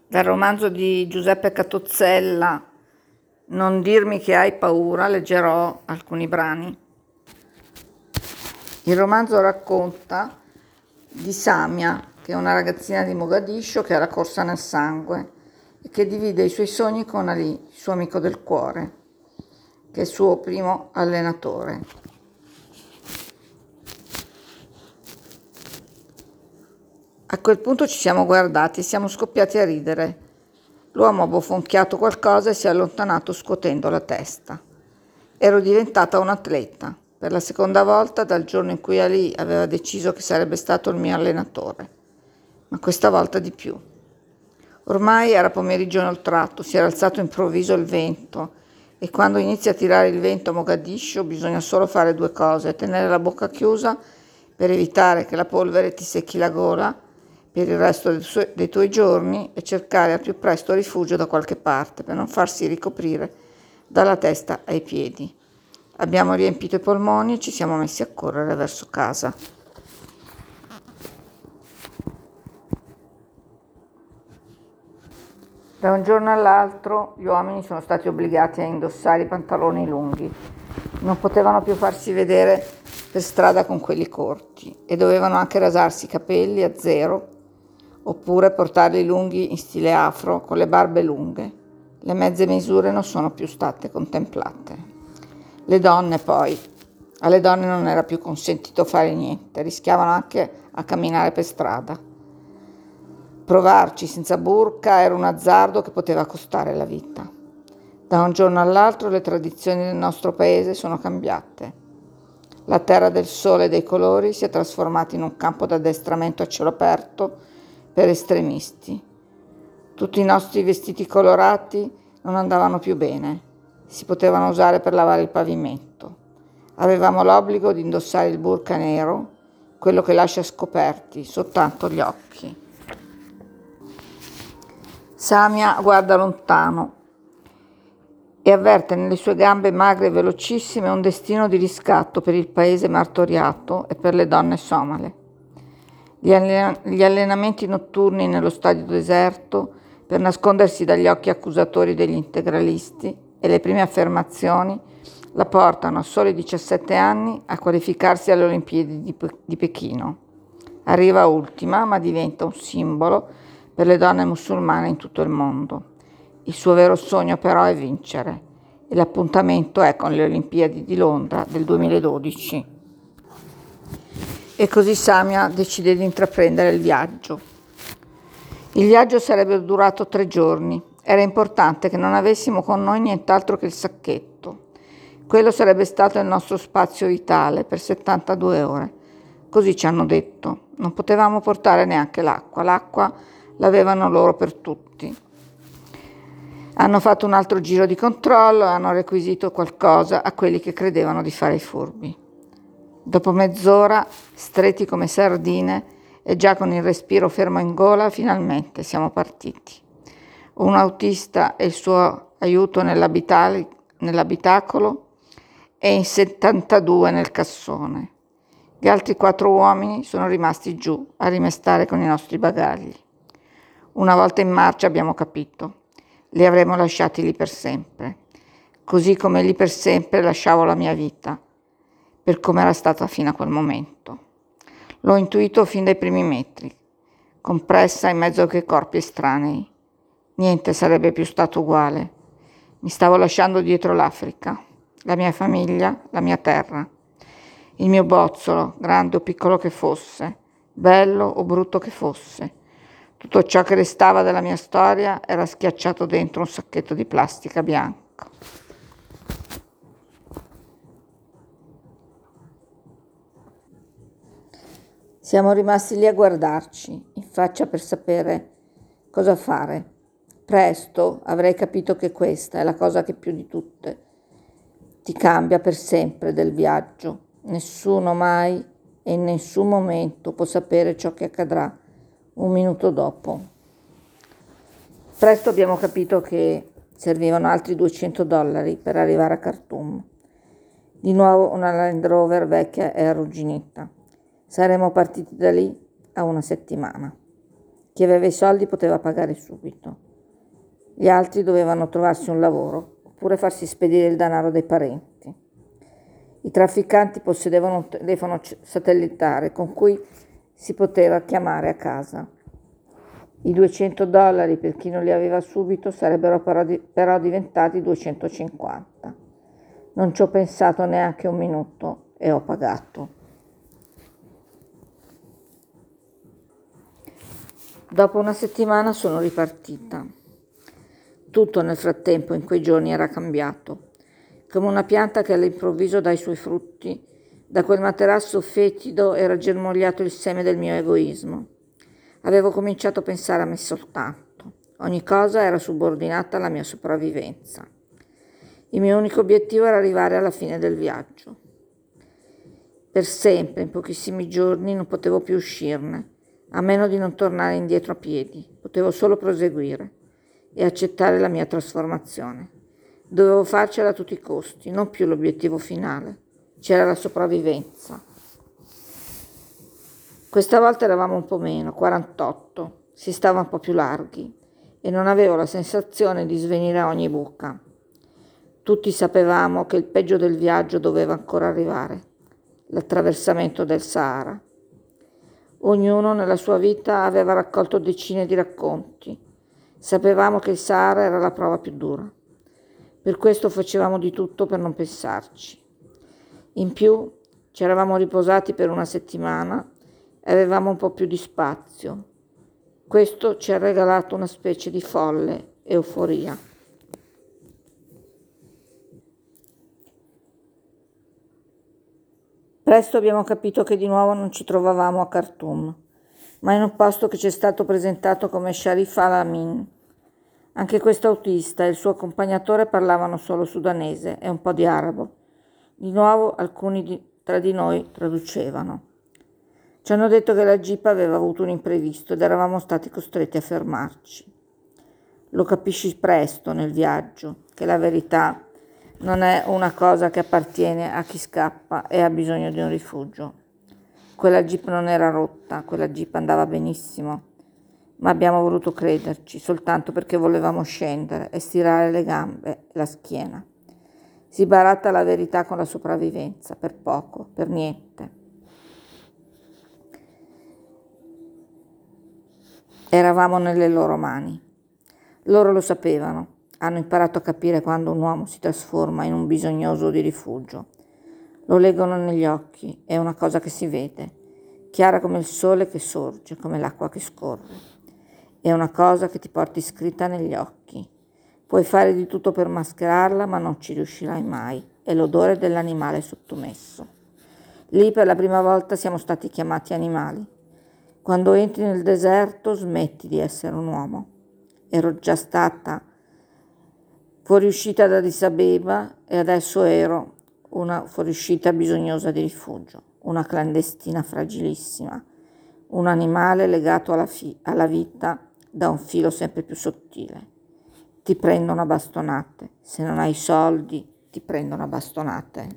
Dal romanzo di Giuseppe Catozzella, Non dirmi che hai paura, leggerò alcuni brani. Il romanzo racconta di Samia, che è una ragazzina di Mogadiscio che ha la corsa nel sangue e che divide i suoi sogni con Ali, il suo amico del cuore, che è il suo primo allenatore. A quel punto ci siamo guardati e siamo scoppiati a ridere. L'uomo ha bofonchiato qualcosa e si è allontanato scuotendo la testa. Ero diventata un atleta, per la seconda volta dal giorno in cui Ali aveva deciso che sarebbe stato il mio allenatore, ma questa volta di più. Ormai era pomeriggio inoltrato, si era alzato improvviso il vento e quando inizia a tirare il vento a Mogadiscio bisogna solo fare due cose: tenere la bocca chiusa per evitare che la polvere ti secchi la gola per il resto dei tuoi giorni e cercare al più presto rifugio da qualche parte per non farsi ricoprire dalla testa ai piedi. Abbiamo riempito i polmoni e ci siamo messi a correre verso casa. Da un giorno all'altro gli uomini sono stati obbligati a indossare i pantaloni lunghi. Non potevano più farsi vedere per strada con quelli corti e dovevano anche rasarsi i capelli a zero oppure portarli lunghi in stile afro con le barbe lunghe. Le mezze misure non sono più state contemplate. Le donne poi, alle donne non era più consentito fare niente, rischiavano anche a camminare per strada. Provarci senza burka era un azzardo che poteva costare la vita. Da un giorno all'altro le tradizioni del nostro paese sono cambiate. La terra del sole e dei colori si è trasformata in un campo d'addestramento a cielo aperto per estremisti. Tutti i nostri vestiti colorati non andavano più bene, si potevano usare per lavare il pavimento. Avevamo l'obbligo di indossare il burka nero, quello che lascia scoperti soltanto gli occhi. Samia guarda lontano e avverte nelle sue gambe magre e velocissime un destino di riscatto per il paese martoriato e per le donne somale. Gli allenamenti notturni nello stadio deserto per nascondersi dagli occhi accusatori degli integralisti e le prime affermazioni la portano a soli 17 anni a qualificarsi alle Olimpiadi di Pechino. Arriva ultima, ma diventa un simbolo per le donne musulmane in tutto il mondo. Il suo vero sogno però è vincere e l'appuntamento è con le Olimpiadi di Londra del 2012. E così Samia decide di intraprendere il viaggio. Il viaggio sarebbe durato 3 giorni. Era importante che non avessimo con noi nient'altro che il sacchetto. Quello sarebbe stato il nostro spazio vitale per 72 ore. Così ci hanno detto. Non potevamo portare neanche l'acqua. L'acqua l'avevano loro per tutti. Hanno fatto un altro giro di controllo e hanno requisito qualcosa a quelli che credevano di fare i furbi. Dopo mezz'ora, stretti come sardine e già con il respiro fermo in gola, finalmente siamo partiti. Un autista e il suo aiuto nell'abitacolo e in 72 nel cassone. Gli altri 4 uomini sono rimasti giù a rimestare con i nostri bagagli. Una volta in marcia abbiamo capito. Li avremmo lasciati lì per sempre, così come lì per sempre lasciavo la mia vita, per come era stata fino a quel momento. L'ho intuito fin dai primi metri, compressa in mezzo a quei corpi estranei. Niente sarebbe più stato uguale. Mi stavo lasciando dietro l'Africa, la mia famiglia, la mia terra, il mio bozzolo, grande o piccolo che fosse, bello o brutto che fosse. Tutto ciò che restava della mia storia era schiacciato dentro un sacchetto di plastica bianco. Siamo rimasti lì a guardarci in faccia per sapere cosa fare. Presto avrei capito che questa è la cosa che più di tutte ti cambia per sempre del viaggio. Nessuno mai e in nessun momento può sapere ciò che accadrà un minuto dopo. Presto abbiamo capito che servivano altri $200 per arrivare a Khartoum. Di nuovo una Land Rover vecchia e arrugginita. Saremmo partiti da lì a una settimana. Chi aveva i soldi poteva pagare subito. Gli altri dovevano trovarsi un lavoro oppure farsi spedire il denaro dai parenti. I trafficanti possedevano un telefono satellitare con cui si poteva chiamare a casa. I $200 per chi non li aveva subito sarebbero però diventati 250. Non ci ho pensato neanche un minuto e ho pagato. Dopo una settimana sono ripartita. Tutto nel frattempo in quei giorni era cambiato, come una pianta che all'improvviso dà i suoi frutti. Da quel materasso fetido era germogliato il seme del mio egoismo. Avevo cominciato a pensare a me soltanto. Ogni cosa era subordinata alla mia sopravvivenza. Il mio unico obiettivo era arrivare alla fine del viaggio. Per sempre, in pochissimi giorni, non potevo più uscirne, a meno di non tornare indietro a piedi. Potevo solo proseguire e accettare la mia trasformazione. Dovevo farcela a tutti i costi, non più l'obiettivo finale. C'era la sopravvivenza. Questa volta eravamo un po' meno, 48, si stava un po' più larghi e non avevo la sensazione di svenire a ogni buca. Tutti sapevamo che il peggio del viaggio doveva ancora arrivare, l'attraversamento del Sahara. Ognuno nella sua vita aveva raccolto decine di racconti. Sapevamo che il Sahara era la prova più dura. Per questo facevamo di tutto per non pensarci. In più ci eravamo riposati per una settimana e avevamo un po' più di spazio. Questo ci ha regalato una specie di folle euforia. Presto abbiamo capito che di nuovo non ci trovavamo a Khartoum, ma in un posto che ci è stato presentato come Sharif al-Amin. Anche questo autista e il suo accompagnatore parlavano solo sudanese e un po' di arabo. Di nuovo alcuni tra di noi traducevano. Ci hanno detto che la jeep aveva avuto un imprevisto ed eravamo stati costretti a fermarci. Lo capisci presto nel viaggio, che la verità non è una cosa che appartiene a chi scappa e ha bisogno di un rifugio. Quella jeep non era rotta, quella jeep andava benissimo, ma abbiamo voluto crederci soltanto perché volevamo scendere e stirare le gambe e la schiena. Si baratta la verità con la sopravvivenza, per poco, per niente. Eravamo nelle loro mani. Loro lo sapevano, hanno imparato a capire quando un uomo si trasforma in un bisognoso di rifugio. Lo leggono negli occhi, è una cosa che si vede, chiara come il sole che sorge, come l'acqua che scorre. È una cosa che ti porti scritta negli occhi. Puoi fare di tutto per mascherarla, ma non ci riuscirai mai. È l'odore dell'animale sottomesso. Lì per la prima volta siamo stati chiamati animali. Quando entri nel deserto smetti di essere un uomo. Ero già stata fuoriuscita da Addis Abeba e adesso ero una fuoriuscita bisognosa di rifugio, una clandestina fragilissima, un animale legato alla vita da un filo sempre più sottile. Ti prendono a bastonate, se non hai soldi ti prendono a bastonate.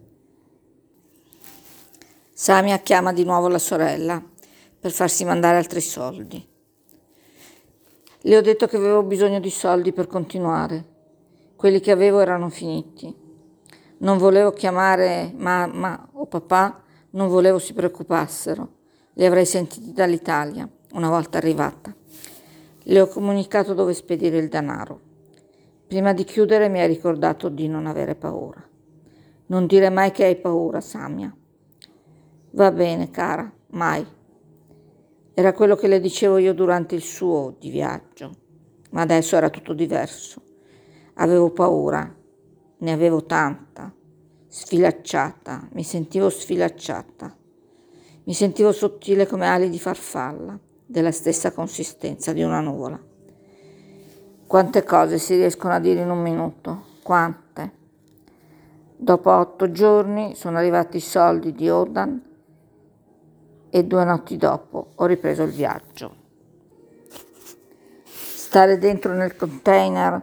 Samia chiama di nuovo la sorella per farsi mandare altri soldi. Le ho detto che avevo bisogno di soldi per continuare. Quelli che avevo erano finiti. Non volevo chiamare mamma o papà, non volevo si preoccupassero. Li avrei sentiti dall'Italia, una volta arrivata. Le ho comunicato dove spedire il denaro. Prima di chiudere mi ha ricordato di non avere paura. Non dire mai che hai paura, Samia. Va bene, cara, mai. Era quello che le dicevo io durante il suo di viaggio, ma adesso era tutto diverso. Avevo paura, ne avevo tanta, sfilacciata, mi sentivo sfilacciata. Mi sentivo sottile come ali di farfalla, della stessa consistenza di una nuvola. Quante cose si riescono a dire in un minuto, quante. Dopo 8 giorni sono arrivati i soldi di Odan e 2 notti dopo ho ripreso il viaggio. Stare dentro nel container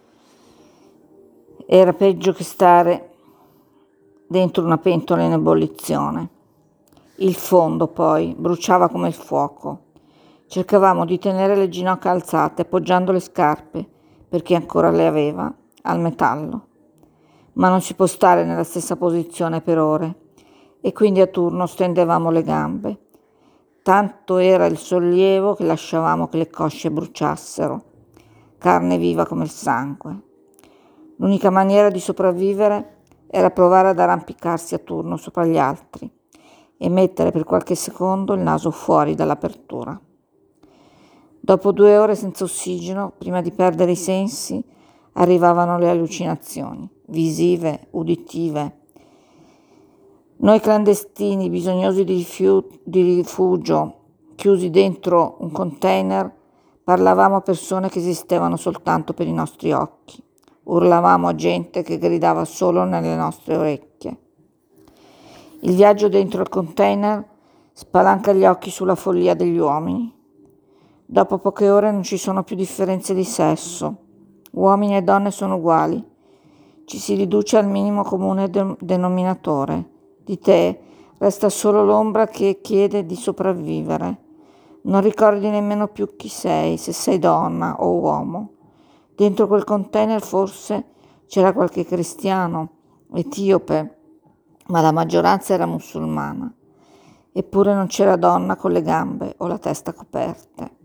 era peggio che stare dentro una pentola in ebollizione. Il fondo poi bruciava come il fuoco. Cercavamo di tenere le ginocchia alzate, appoggiando le scarpe, per chi ancora le aveva, al metallo. Ma non si può stare nella stessa posizione per ore, e quindi a turno stendevamo le gambe. Tanto era il sollievo che lasciavamo che le cosce bruciassero, carne viva come il sangue. L'unica maniera di sopravvivere era provare ad arrampicarsi a turno sopra gli altri e mettere per qualche secondo il naso fuori dall'apertura. Dopo 2 ore senza ossigeno, prima di perdere i sensi, arrivavano le allucinazioni, visive, uditive. Noi clandestini, bisognosi di rifugio, chiusi dentro un container, parlavamo a persone che esistevano soltanto per i nostri occhi. Urlavamo a gente che gridava solo nelle nostre orecchie. Il viaggio dentro il container spalanca gli occhi sulla follia degli uomini. Dopo poche ore non ci sono più differenze di sesso. Uomini e donne sono uguali. Ci si riduce al minimo comune denominatore. Di te resta solo l'ombra che chiede di sopravvivere. Non ricordi nemmeno più chi sei, se sei donna o uomo. Dentro quel container forse c'era qualche cristiano, etiope, ma la maggioranza era musulmana. Eppure non c'era donna con le gambe o la testa coperte.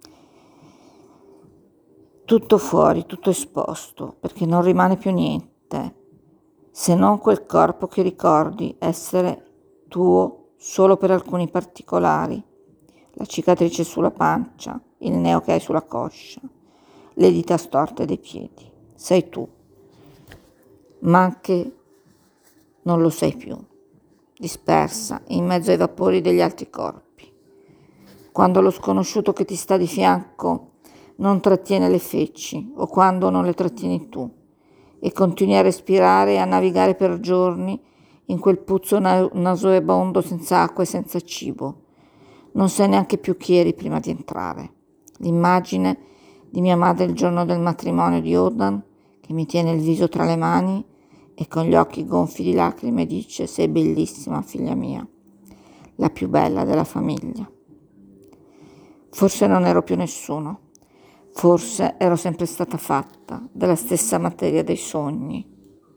Tutto fuori, tutto esposto, perché non rimane più niente, se non quel corpo che ricordi essere tuo solo per alcuni particolari, la cicatrice sulla pancia, il neo che hai sulla coscia, le dita storte dei piedi. Sei tu, ma anche non lo sei più, dispersa in mezzo ai vapori degli altri corpi. Quando lo sconosciuto che ti sta di fianco non trattiene le feci, o quando non le trattieni tu, e continui a respirare e a navigare per giorni in quel puzzo nauseabondo senza acqua e senza cibo. Non sai neanche più chi eri prima di entrare. L'immagine di mia madre il giorno del matrimonio di Odan, che mi tiene il viso tra le mani e con gli occhi gonfi di lacrime dice: sei bellissima, figlia mia, la più bella della famiglia. Forse non ero più nessuno. Forse ero sempre stata fatta della stessa materia dei sogni.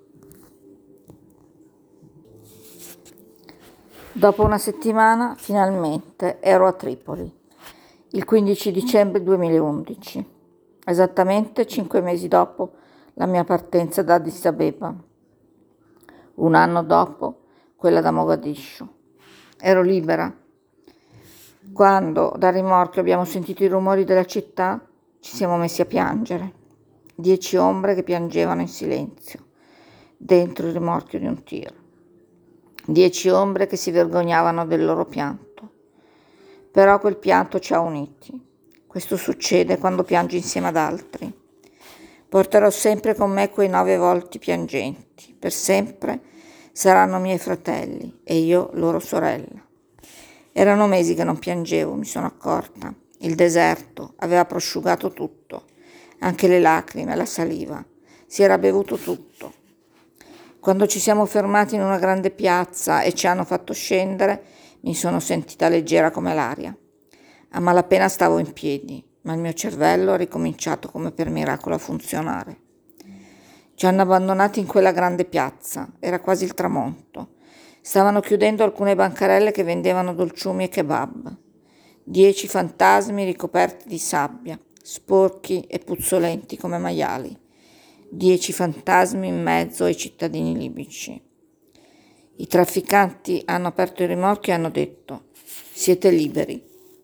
Dopo una settimana, finalmente, ero a Tripoli, il 15 dicembre 2011, esattamente 5 mesi dopo la mia partenza da Addis Abeba, 1 anno dopo quella da Mogadiscio. Ero libera. Quando dal rimorchio abbiamo sentito i rumori della città, ci siamo messi a piangere. 10 ombre che piangevano in silenzio, dentro il rimorchio di un tiro. 10 ombre che si vergognavano del loro pianto. Però quel pianto ci ha uniti. Questo succede quando piangi insieme ad altri. Porterò sempre con me quei 9 volti piangenti. Per sempre saranno miei fratelli e io loro sorella. Erano mesi che non piangevo, mi sono accorta. Il deserto aveva prosciugato tutto, anche le lacrime, la saliva. Si era bevuto tutto. Quando ci siamo fermati in una grande piazza e ci hanno fatto scendere, mi sono sentita leggera come l'aria. A malapena stavo in piedi, ma il mio cervello ha ricominciato come per miracolo a funzionare. Ci hanno abbandonati in quella grande piazza, era quasi il tramonto. Stavano chiudendo alcune bancarelle che vendevano dolciumi e kebab. 10 fantasmi ricoperti di sabbia, sporchi e puzzolenti come maiali. 10 fantasmi in mezzo ai cittadini libici. I trafficanti hanno aperto il rimorchio e hanno detto: siete liberi.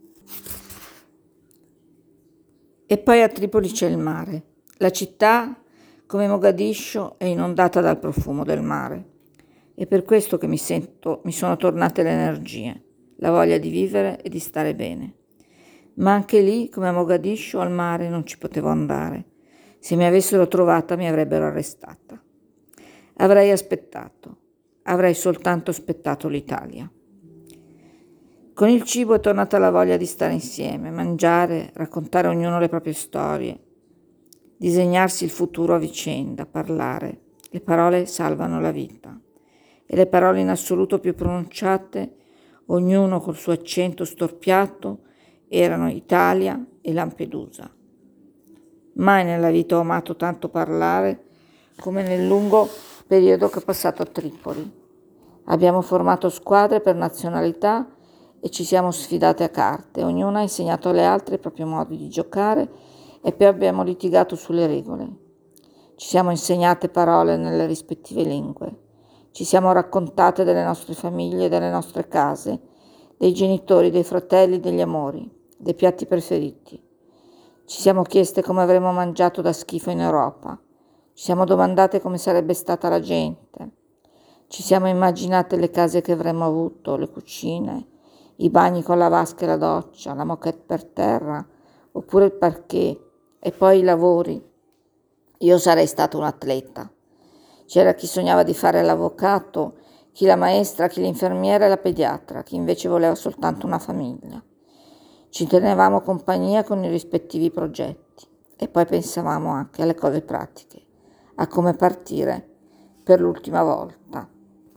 E poi a Tripoli c'è il mare. La città, come Mogadiscio, è inondata dal profumo del mare. È per questo che mi sono tornate le energie, la voglia di vivere e di stare bene. Ma anche lì, come a Mogadiscio, al mare non ci potevo andare. Se mi avessero trovata mi avrebbero arrestata. Avrei aspettato, avrei soltanto aspettato l'Italia. Con il cibo è tornata la voglia di stare insieme, mangiare, raccontare ognuno le proprie storie, disegnarsi il futuro a vicenda, parlare. Le parole salvano la vita. E le parole in assoluto più pronunciate, ognuno col suo accento storpiato erano Italia e Lampedusa. Mai nella vita ho amato tanto parlare come nel lungo periodo che ho passato a Tripoli. Abbiamo formato squadre per nazionalità e ci siamo sfidate a carte. Ognuna ha insegnato alle altre il proprio modo di giocare e poi abbiamo litigato sulle regole. Ci siamo insegnate parole nelle rispettive lingue. Ci siamo raccontate delle nostre famiglie, delle nostre case, dei genitori, dei fratelli, degli amori, dei piatti preferiti. Ci siamo chieste come avremmo mangiato da schifo in Europa. Ci siamo domandate come sarebbe stata la gente. Ci siamo immaginate le case che avremmo avuto, le cucine, i bagni con la vasca e la doccia, la moquette per terra, oppure il parquet, e poi i lavori. Io sarei stato un atleta. C'era chi sognava di fare l'avvocato, chi la maestra, chi l'infermiera e la pediatra, chi invece voleva soltanto una famiglia. Ci tenevamo compagnia con i rispettivi progetti e poi pensavamo anche alle cose pratiche, a come partire per l'ultima volta.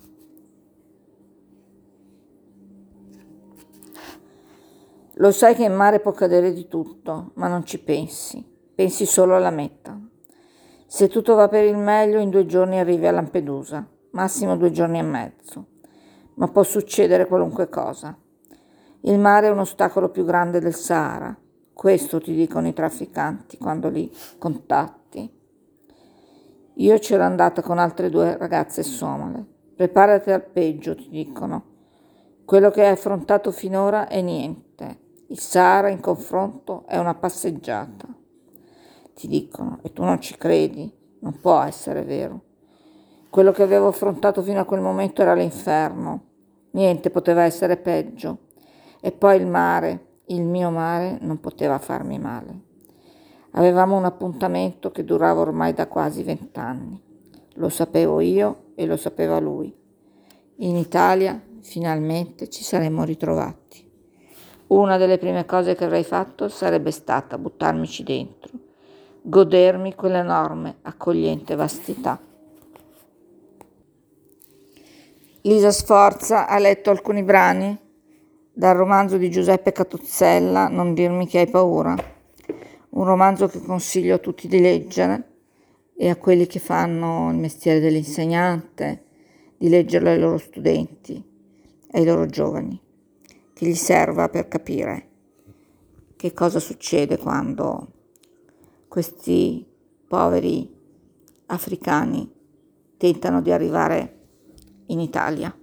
Lo sai che in mare può accadere di tutto, ma non ci pensi, pensi solo alla meta. Se tutto va per il meglio, in 2 giorni arrivi a Lampedusa, massimo 2 giorni e mezzo, ma può succedere qualunque cosa. Il mare è un ostacolo più grande del Sahara, questo ti dicono i trafficanti quando li contatti. Io c'ero andata con altre 2 ragazze somale. Preparati al peggio, ti dicono. Quello che hai affrontato finora è niente. Il Sahara in confronto è una passeggiata. Ti dicono, e tu non ci credi, non può essere vero. Quello che avevo affrontato fino a quel momento era l'inferno. Niente poteva essere peggio. E poi il mare, il mio mare, non poteva farmi male. Avevamo un appuntamento che durava ormai da quasi 20 anni. Lo sapevo io e lo sapeva lui. In Italia finalmente ci saremmo ritrovati. Una delle prime cose che avrei fatto sarebbe stata buttarmici dentro, godermi quell'enorme, accogliente vastità. Lisa Sforza ha letto alcuni brani dal romanzo di Giuseppe Catozzella, Non dirmi che hai paura, un romanzo che consiglio a tutti di leggere e a quelli che fanno il mestiere dell'insegnante, di leggerlo ai loro studenti, ai loro giovani, che gli serva per capire che cosa succede quando questi poveri africani tentano di arrivare in Italia.